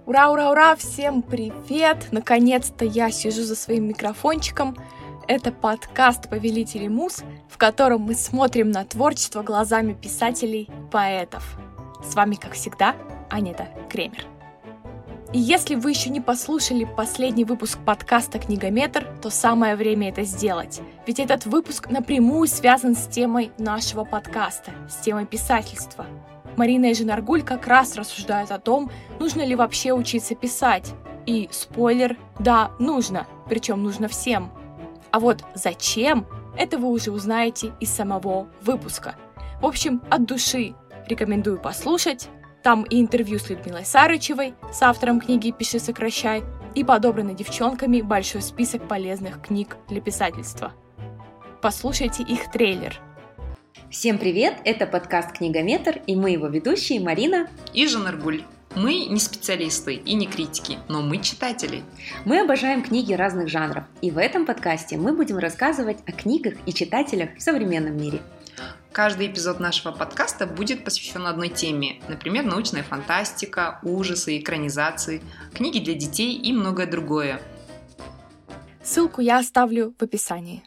Ура, ура, ура! Всем привет! Наконец-то я сижу за своим микрофончиком. Это подкаст «Повелители муз», в котором мы смотрим на творчество глазами писателей-поэтов. С вами, как всегда, Анета Кремер. И если вы еще не послушали последний выпуск подкаста «Книгометр», то самое время это сделать. Ведь этот выпуск напрямую связан с темой нашего подкаста, с темой писательства. Марина и Женаргуль как раз рассуждают о том, нужно ли вообще учиться писать. И спойлер, да, нужно, причем нужно всем. А вот зачем, это вы уже узнаете из самого выпуска. В общем, от души рекомендую послушать. Там и интервью с Людмилой Сарычевой, с автором книги «Пиши, сокращай», и подобранный девчонками большой список полезных книг для писательства. Послушайте их трейлер. Всем привет! Это подкаст «Книгометр», и мы его ведущие Марина и Женаргуль. Мы не специалисты и не критики, но мы читатели. Мы обожаем книги разных жанров, и в этом подкасте мы будем рассказывать о книгах и читателях в современном мире. Каждый эпизод нашего подкаста будет посвящен одной теме, например, научная фантастика, ужасы, экранизации, книги для детей и многое другое. Ссылку я оставлю в описании.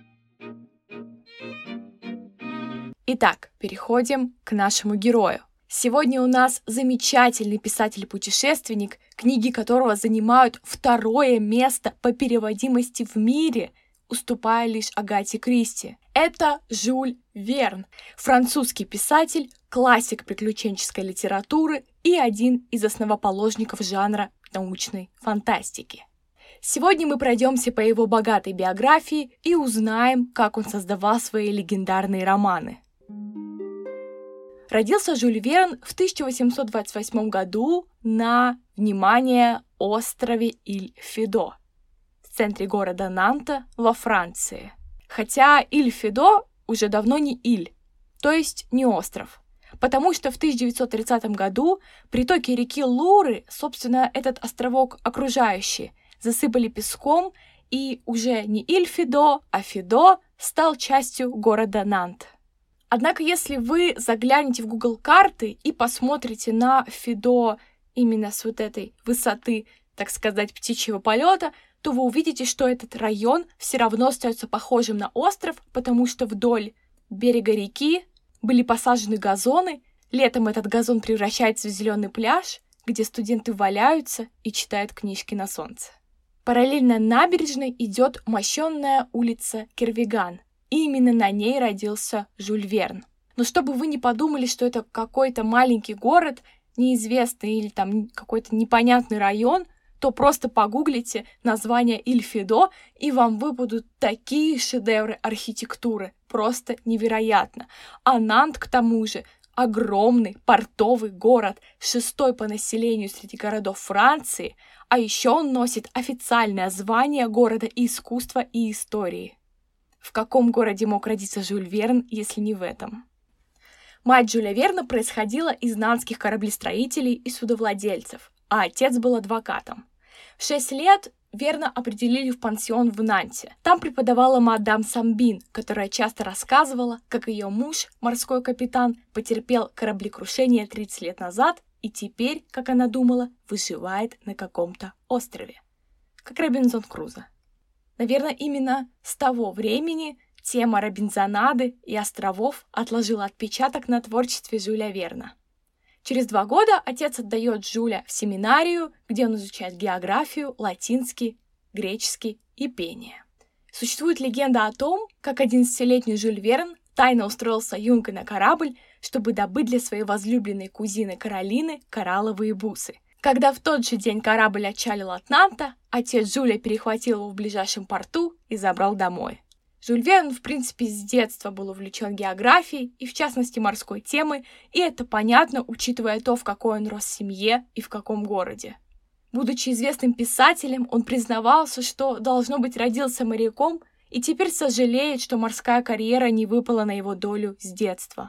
Итак, переходим к нашему герою. Сегодня у нас замечательный писатель-путешественник, книги которого занимают второе место по переводимости в мире, уступая лишь Агате Кристи. Это Жюль Верн, французский писатель, классик приключенческой литературы и один из основоположников жанра научной фантастики. Сегодня мы пройдемся по его богатой биографии и узнаем, как он создавал свои легендарные романы. Родился Жюль Верн в 1828 году на, внимание, острове Иль-Фидо, в центре города Нанта во Франции. Хотя Иль-Фидо уже давно не Иль, то есть не остров, потому что в 1930 году притоки реки Луры, собственно, этот островок окружающий, засыпали песком, и уже не Иль-Фидо, а Фидо стал частью города Нант. Однако, если вы заглянете в Google карты и посмотрите на Фидо именно с вот этой высоты, так сказать, птичьего полета, то вы увидите, что этот район все равно остается похожим на остров, потому что вдоль берега реки были посажены газоны. Летом этот газон превращается в зеленый пляж, где студенты валяются и читают книжки на солнце. Параллельно набережной идет мощенная улица Кервиган. И именно на ней родился Жюль Верн. Но чтобы вы не подумали, что это какой-то маленький город, неизвестный или там какой-то непонятный район, то просто погуглите название Иль-Фидо, и вам выпадут такие шедевры архитектуры. Просто невероятно. А Нант, к тому же, огромный портовый город, 6-й по населению среди городов Франции, а еще он носит официальное звание города искусства и истории. В каком городе мог родиться Жюль Верн, если не в этом? Мать Жюля Верна происходила из нантских кораблестроителей и судовладельцев, а отец был адвокатом. В 6 лет Верна определили в пансион в Нанте. Там преподавала мадам Самбин, которая часто рассказывала, как ее муж, морской капитан, потерпел кораблекрушение 30 лет назад и теперь, как она думала, выживает на каком-то острове. Как Робинзон Крузо. Наверное, именно с того времени тема Робинзонады и островов отложила отпечаток на творчестве Жюля Верна. Через 2 года отец отдает Жюля в семинарию, где он изучает географию, латинский, греческий и пение. Существует легенда о том, как 11-летний Жюль Верн тайно устроился юнгой на корабль, чтобы добыть для своей возлюбленной кузины Каролины коралловые бусы. Когда в тот же день корабль отчалил от Нанта, отец Жюля перехватил его в ближайшем порту и забрал домой. Жюль Верн, в принципе, с детства был увлечен географией и, в частности, морской темой, и это понятно, учитывая то, в какой он рос в семье и в каком городе. Будучи известным писателем, он признавался, что, должно быть, родился моряком, и теперь сожалеет, что морская карьера не выпала на его долю с детства.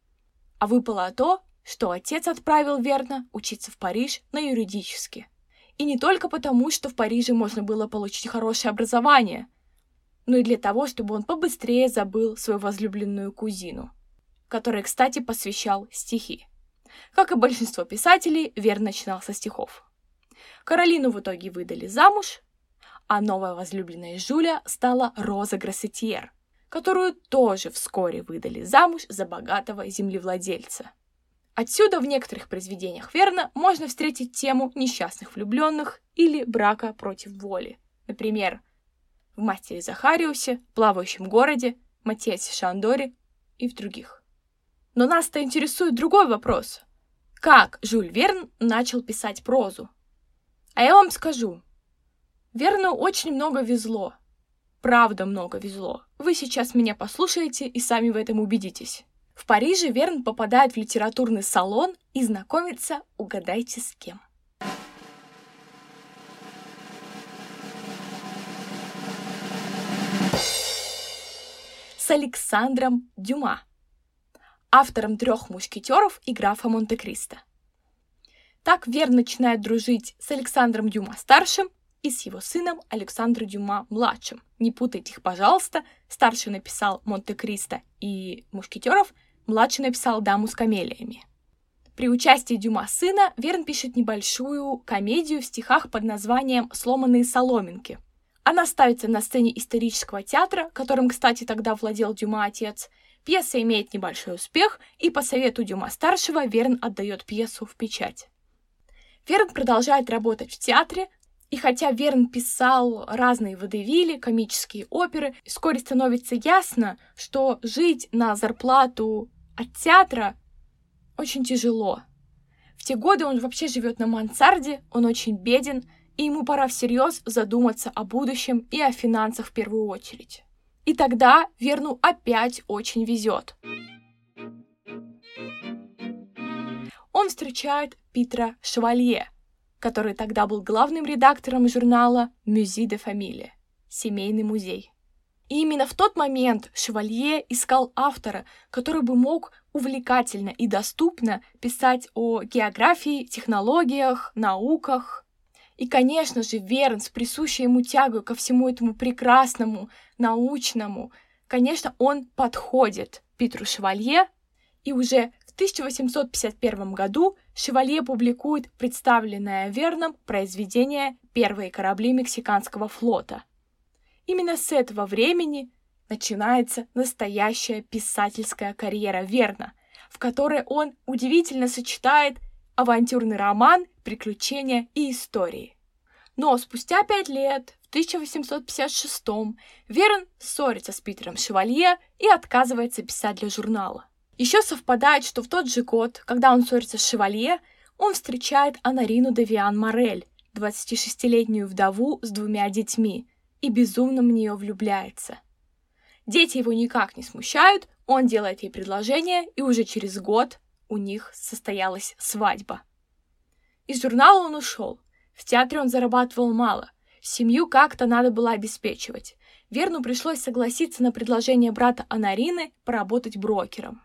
А выпало то, что отец отправил Верна учиться в Париж на юридический. И не только потому, что в Париже можно было получить хорошее образование, но и для того, чтобы он побыстрее забыл свою возлюбленную кузину, которой, кстати, посвящал стихи. Как и большинство писателей, Верн начинал со стихов. Каролину в итоге выдали замуж, а новая возлюбленная Жюля стала Роза Гроссетьер, которую тоже вскоре выдали замуж за богатого землевладельца. Отсюда в некоторых произведениях Верна можно встретить тему несчастных влюбленных или брака против воли. Например, в «Мастере Захариусе», «Плавающем городе», «Матиасе Шандоре» и в других. Но нас-то интересует другой вопрос. Как Жюль Верн начал писать прозу? А я вам скажу. Верну очень много везло. Правда, много везло. Вы сейчас меня послушаете и сами в этом убедитесь. В Париже Верн попадает в литературный салон и знакомится, угадайте, с кем. С Александром Дюма, автором «Трех мушкетеров» и «Графа Монте-Кристо». Так Верн начинает дружить с Александром Дюма-старшим и с его сыном Александром Дюма-младшим. Не путайте их, пожалуйста. Старший написал «Монте-Кристо» и «Мушкетеров», младший написал «Даму с камелиями». При участии Дюма сына Верн пишет небольшую комедию в стихах под названием «Сломанные соломинки». Она ставится на сцене исторического театра, которым, кстати, тогда владел Дюма отец. Пьеса имеет небольшой успех, и по совету Дюма-старшего Верн отдает пьесу в печать. Верн продолжает работать в театре, и хотя Верн писал разные водевили, комические оперы, вскоре становится ясно, что жить на зарплату от театра очень тяжело. В те годы он вообще живет на мансарде, он очень беден, и ему пора всерьез задуматься о будущем и о финансах в первую очередь. И тогда Верну опять очень везет. Он встречает Питера Шевалье, который тогда был главным редактором журнала «Musée de Famille» — «Семейный музей». И именно в тот момент Шевалье искал автора, который бы мог увлекательно и доступно писать о географии, технологиях, науках. И, конечно же, Верн с присущей ему тягой ко всему этому прекрасному, научному, конечно, он подходит Питеру Шевалье, и уже в 1851 году Шевалье публикует представленное Верном произведение «Первые корабли Мексиканского флота». Именно с этого времени начинается настоящая писательская карьера Верна, в которой он удивительно сочетает авантюрный роман, приключения и истории. Но спустя 5 лет, в 1856-м, Верн ссорится с Питером Шевалье и отказывается писать для журнала. Еще совпадает, что в тот же год, когда он ссорится с Шевалье, он встречает Анарину де Виан-Морель, 26-летнюю вдову с 2 детьми, и безумно в нее влюбляется. Дети его никак не смущают, он делает ей предложение, и уже через год у них состоялась свадьба. Из журнала он ушел. В театре он зарабатывал мало. Семью как-то надо было обеспечивать. Верну пришлось согласиться на предложение брата Анарины поработать брокером.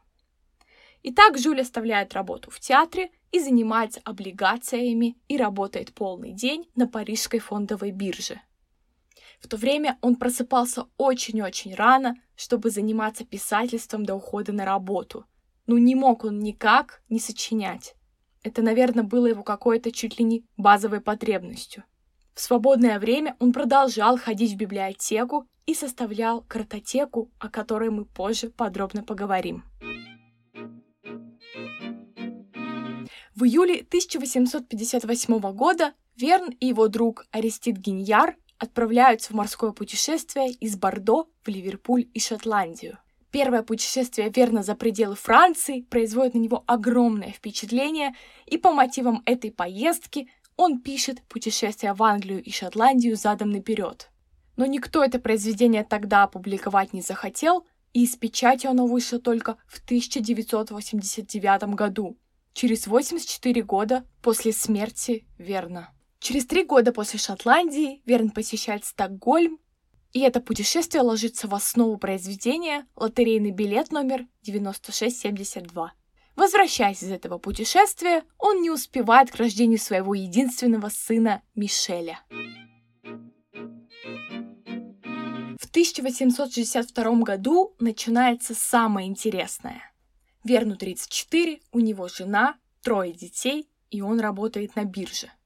Итак, Жюль оставляет работу в театре и занимается облигациями и работает полный день на парижской фондовой бирже. В то время он просыпался очень-очень рано, чтобы заниматься писательством до ухода на работу. Но не мог он никак не сочинять. Это, наверное, было его какой-то чуть ли не базовой потребностью. В свободное время он продолжал ходить в библиотеку и составлял картотеку, о которой мы позже подробно поговорим. В июле 1858 года Верн и его друг Аристид Гиньяр отправляются в морское путешествие из Бордо в Ливерпуль и Шотландию. Первое путешествие Верна за пределы Франции производит на него огромное впечатление, и по мотивам этой поездки он пишет «Путешествие в Англию и Шотландию задом наперед». Но никто это произведение тогда опубликовать не захотел, и из печати оно вышло только в 1989 году, через 84 года после смерти Верна. Через 3 года после Шотландии Верн посещает Стокгольм, и это путешествие ложится в основу произведения «Лотерейный билет номер 9672». Возвращаясь из этого путешествия, он не успевает к рождению своего единственного сына Мишеля. В 1862 году начинается самое интересное. Верну 34, у него жена, 3 детей, и он работает на бирже.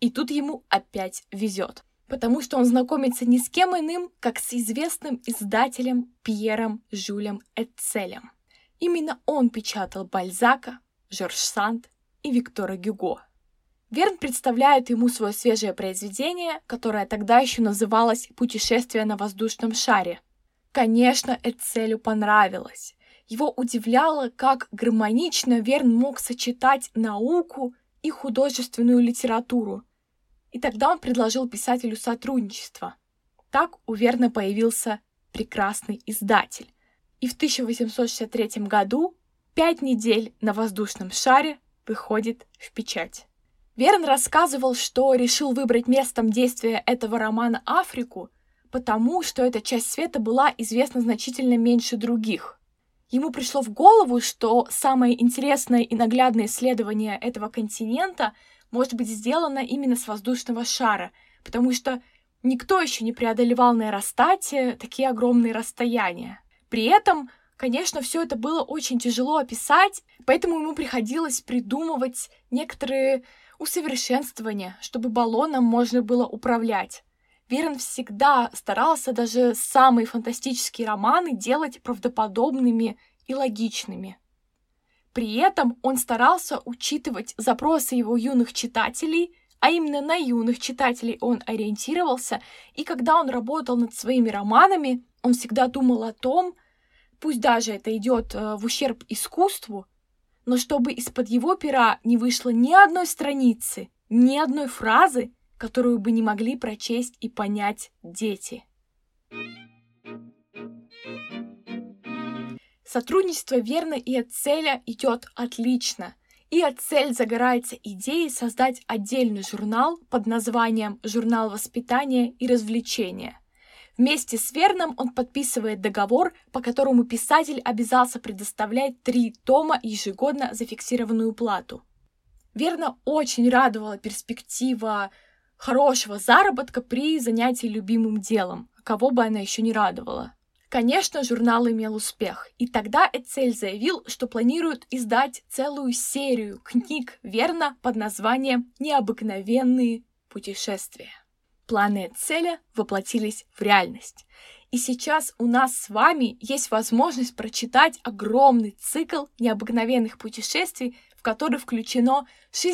И тут ему опять везет, потому что он знакомится ни с кем иным, как с известным издателем Пьером Жюлем Этцелем. Именно он печатал Бальзака, Жорж Санд и Виктора Гюго. Верн представляет ему свое свежее произведение, которое тогда еще называлось «Путешествие на воздушном шаре». Конечно, Этцелю понравилось. Его удивляло, как гармонично Верн мог сочетать науку и художественную литературу. И тогда он предложил писателю сотрудничество. Так у Верна появился прекрасный издатель. И в 1863 году «5 недель на воздушном шаре» выходит в печать. Верн рассказывал, что решил выбрать местом действия этого романа Африку, потому что эта часть света была известна значительно меньше других. Ему пришло в голову, что самое интересное и наглядное исследование этого континента может быть сделано именно с воздушного шара, потому что никто еще не преодолевал на аэростате такие огромные расстояния. При этом, конечно, все это было очень тяжело описать, поэтому ему приходилось придумывать некоторые усовершенствования, чтобы баллоном можно было управлять. Верн всегда старался даже самые фантастические романы делать правдоподобными и логичными. При этом он старался учитывать запросы его юных читателей, а именно на юных читателей он ориентировался, и когда он работал над своими романами, он всегда думал о том, пусть даже это идет в ущерб искусству, но чтобы из-под его пера не вышло ни одной страницы, ни одной фразы, которую бы не могли прочесть и понять дети. Сотрудничество Верна и Этцеля идет отлично, и Этцель загорается идеей создать отдельный журнал под названием «Журнал воспитания и развлечения». Вместе с Верном он подписывает договор, по которому писатель обязался предоставлять 3 тома ежегодно за фиксированную плату. Верна очень радовала перспектива хорошего заработка при занятии любимым делом, кого бы она еще не радовала. Конечно, журнал имел успех, и тогда Этцель заявил, что планирует издать целую серию книг Верна под названием «Необыкновенные путешествия». Планы Этцеля воплотились в реальность. И сейчас у нас с вами есть возможность прочитать огромный цикл необыкновенных путешествий, в который включено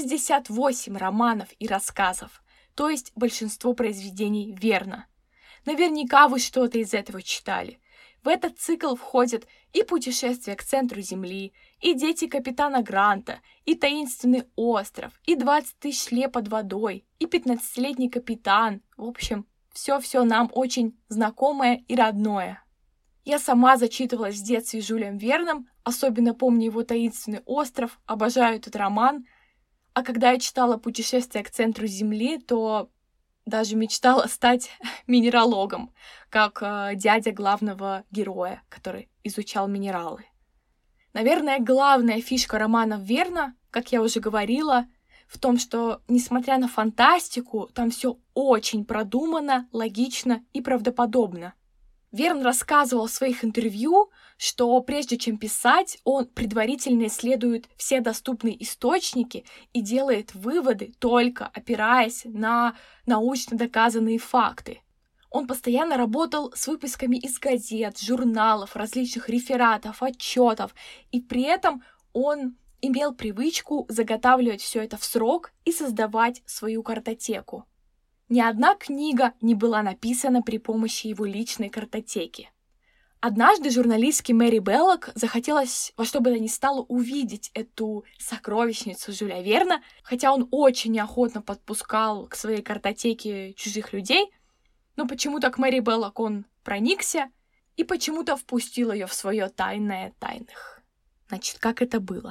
68 романов и рассказов, то есть большинство произведений Верна. Наверняка вы что-то из этого читали. В этот цикл входят и «Путешествие к центру Земли», и «Дети капитана Гранта», и «Таинственный остров», и «20 тысяч лет под водой», и «15-летний капитан». В общем, все нам очень знакомое и родное. Я сама зачитывалась в детстве Жюлем Верном, особенно помню его «Таинственный остров», обожаю этот роман. А когда я читала «Путешествие к центру Земли», то даже мечтала стать минералогом, как дядя главного героя, который изучал минералы. Наверное, главная фишка романов Верна, как я уже говорила, в том, что, несмотря на фантастику, там все очень продумано, логично и правдоподобно. Верн рассказывал в своих интервью, что прежде чем писать, он предварительно исследует все доступные источники и делает выводы, только опираясь на научно доказанные факты. Он постоянно работал с выпусками из газет, журналов, различных рефератов, отчетов, и при этом он имел привычку заготавливать все это в срок и создавать свою картотеку. Ни одна книга не была написана при помощи его личной картотеки. Однажды журналистке Мэри Беллок захотелось во что бы то ни стало увидеть эту сокровищницу Жюля Верна, хотя он очень неохотно подпускал к своей картотеке чужих людей, но почему-то к Мэри Беллок он проникся и почему-то впустил ее в свое тайное тайных. Значит, как это было?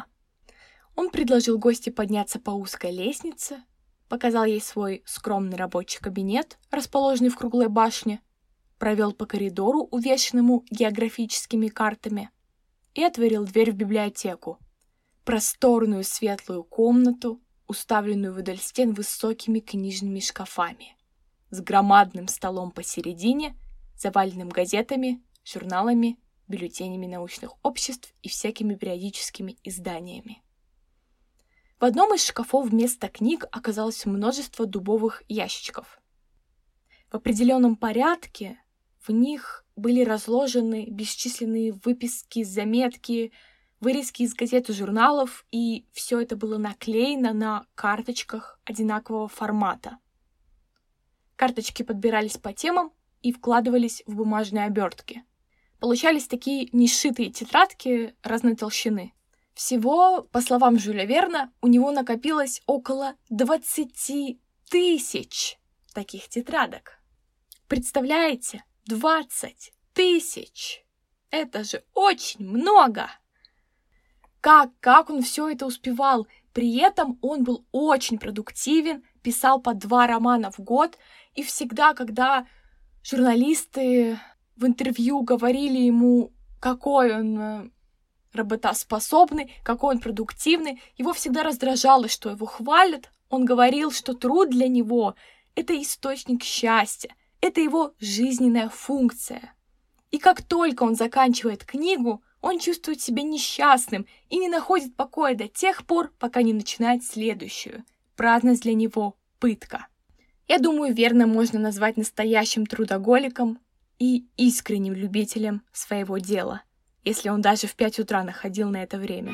Он предложил гости подняться по узкой лестнице, показал ей свой скромный рабочий кабинет, расположенный в круглой башне, провел по коридору, увешанному географическими картами, и отворил дверь в библиотеку. Просторную светлую комнату, уставленную вдоль стен высокими книжными шкафами, с громадным столом посередине, заваленным газетами, журналами, бюллетенями научных обществ и всякими периодическими изданиями. В одном из шкафов вместо книг оказалось множество дубовых ящичков. В определенном порядке в них были разложены бесчисленные выписки, заметки, вырезки из газет и журналов, и все это было наклеено на карточках одинакового формата. Карточки подбирались по темам и вкладывались в бумажные обертки. Получались такие несшитые тетрадки разной толщины. Всего, по словам Жюля Верна, у него накопилось около 20 тысяч таких тетрадок. Представляете? 20 тысяч! Это же очень много! Как он все это успевал? При этом он был очень продуктивен, писал по 2 романа в год, и всегда, когда журналисты в интервью говорили ему, какой он работоспособный, какой он продуктивный, его всегда раздражало, что его хвалят. Он говорил, что труд для него — это источник счастья, это его жизненная функция. И как только он заканчивает книгу, он чувствует себя несчастным и не находит покоя до тех пор, пока не начинает следующую. Праздность для него — пытка. Я думаю, Верна можно назвать настоящим трудоголиком и искренним любителем своего дела, если он даже в 5 утра находил на это время.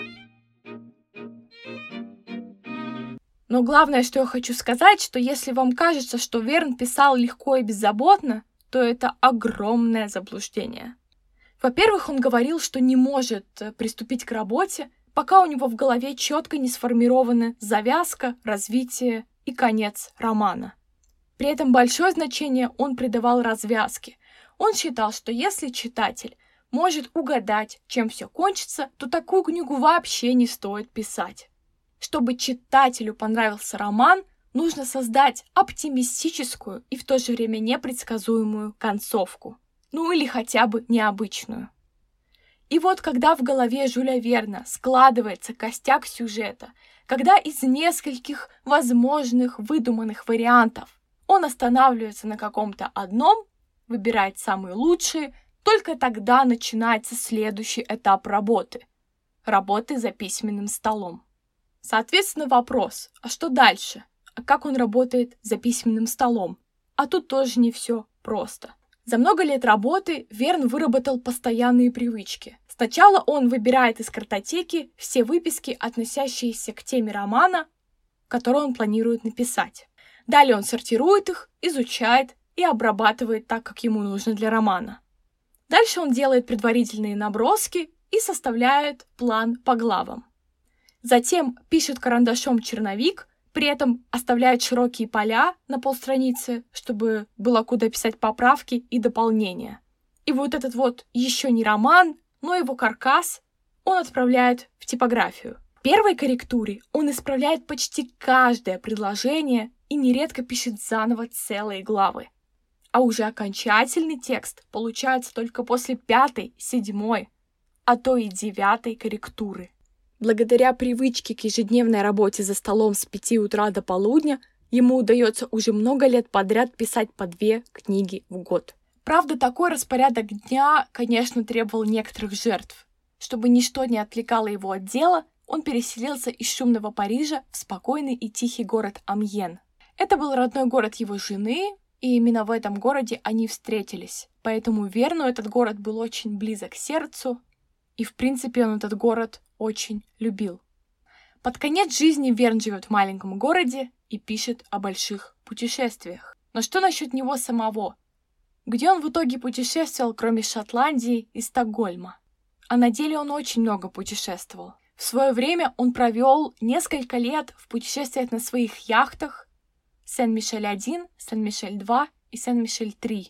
Но главное, что я хочу сказать, что если вам кажется, что Верн писал легко и беззаботно, то это огромное заблуждение. Во-первых, он говорил, что не может приступить к работе, пока у него в голове четко не сформирована завязка, развитие и конец романа. При этом большое значение он придавал развязке. Он считал, что если читатель может угадать, чем все кончится, то такую книгу вообще не стоит писать. Чтобы читателю понравился роман, нужно создать оптимистическую и в то же время непредсказуемую концовку. Ну или хотя бы необычную. И вот когда в голове Жюля Верна складывается костяк сюжета, когда из нескольких возможных выдуманных вариантов он останавливается на каком-то одном, выбирает самые лучшие, только тогда начинается следующий этап работы. Работы за письменным столом. Соответственно, вопрос, а что дальше? А как он работает за письменным столом? А тут тоже не все просто. За много лет работы Верн выработал постоянные привычки. Сначала он выбирает из картотеки все выписки, относящиеся к теме романа, который он планирует написать. Далее он сортирует их, изучает и обрабатывает так, как ему нужно для романа. Дальше он делает предварительные наброски и составляет план по главам. Затем пишет карандашом черновик, при этом оставляет широкие поля на полстраницы, чтобы было куда писать поправки и дополнения. И вот этот вот еще не роман, но его каркас он отправляет в типографию. В первой корректуре он исправляет почти каждое предложение и нередко пишет заново целые главы. А уже окончательный текст получается только после 5-й, 7-й, а то и 9-й корректуры. Благодаря привычке к ежедневной работе за столом с 5 утра до полудня ему удается уже много лет подряд писать по 2 книги в год. Правда, такой распорядок дня, конечно, требовал некоторых жертв. Чтобы ничто не отвлекало его от дела, он переселился из шумного Парижа в спокойный и тихий город Амьен. Это был родной город его жены, и именно в этом городе они встретились. Поэтому Верну этот город был очень близок к сердцу, и, в принципе, он этот город очень любил. Под конец жизни Верн живет в маленьком городе и пишет о больших путешествиях. Но что насчет него самого? Где он в итоге путешествовал, кроме Шотландии и Стокгольма? А на деле он очень много путешествовал. В свое время он провел несколько лет в путешествиях на своих яхтах Сен-Мишель-1, Сен-Мишель-2 и Сен-Мишель-3.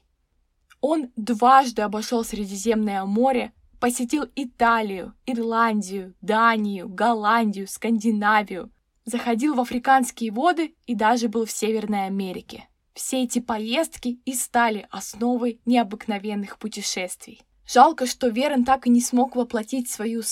Он дважды обошел Средиземное море, посетил Италию, Ирландию, Данию, Голландию, Скандинавию, заходил в африканские воды и даже был в Северной Америке. Все эти поездки и стали основой необыкновенных путешествий. Жалко, что Верн так и не смог воплотить свою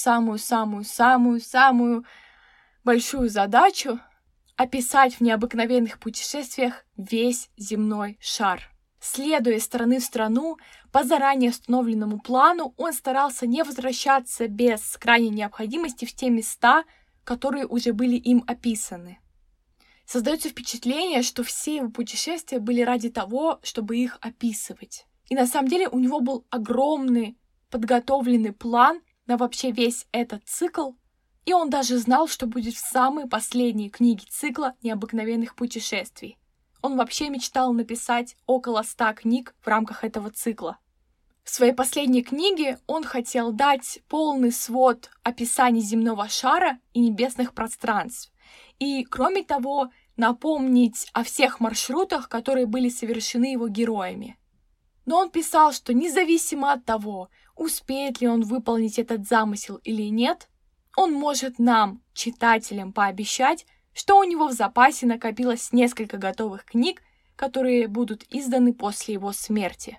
самую-самую-самую-самую большую задачу — описать в необыкновенных путешествиях весь земной шар. Следуя из страны в страну, по заранее установленному плану, он старался не возвращаться без крайней необходимости в те места, которые уже были им описаны. Создается впечатление, что все его путешествия были ради того, чтобы их описывать. И на самом деле у него был огромный подготовленный план на вообще весь этот цикл, и он даже знал, что будет в самой последней книге цикла необыкновенных путешествий. Он вообще мечтал написать около 100 книг в рамках этого цикла. В своей последней книге он хотел дать полный свод описаний земного шара и небесных пространств. И, кроме того, напомнить о всех маршрутах, которые были совершены его героями. Но он писал, что независимо от того, успеет ли он выполнить этот замысел или нет, он может нам, читателям, пообещать, что у него в запасе накопилось несколько готовых книг, которые будут изданы после его смерти.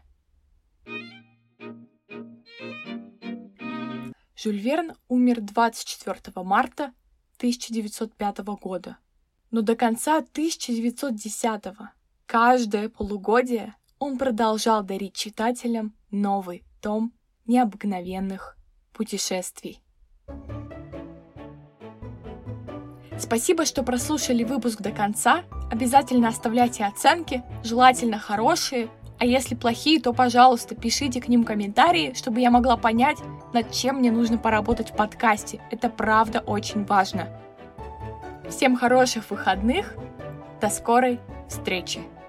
Жюль Верн умер 24 марта 1905 года. Но до конца 1910-го, каждое полугодие, он продолжал дарить читателям новый том необыкновенных путешествий. Спасибо, что прослушали выпуск до конца. Обязательно оставляйте оценки, желательно хорошие, а если плохие, то, пожалуйста, пишите к ним комментарии, чтобы я могла понять, над чем мне нужно поработать в подкасте. Это правда очень важно. Всем хороших выходных. До скорой встречи.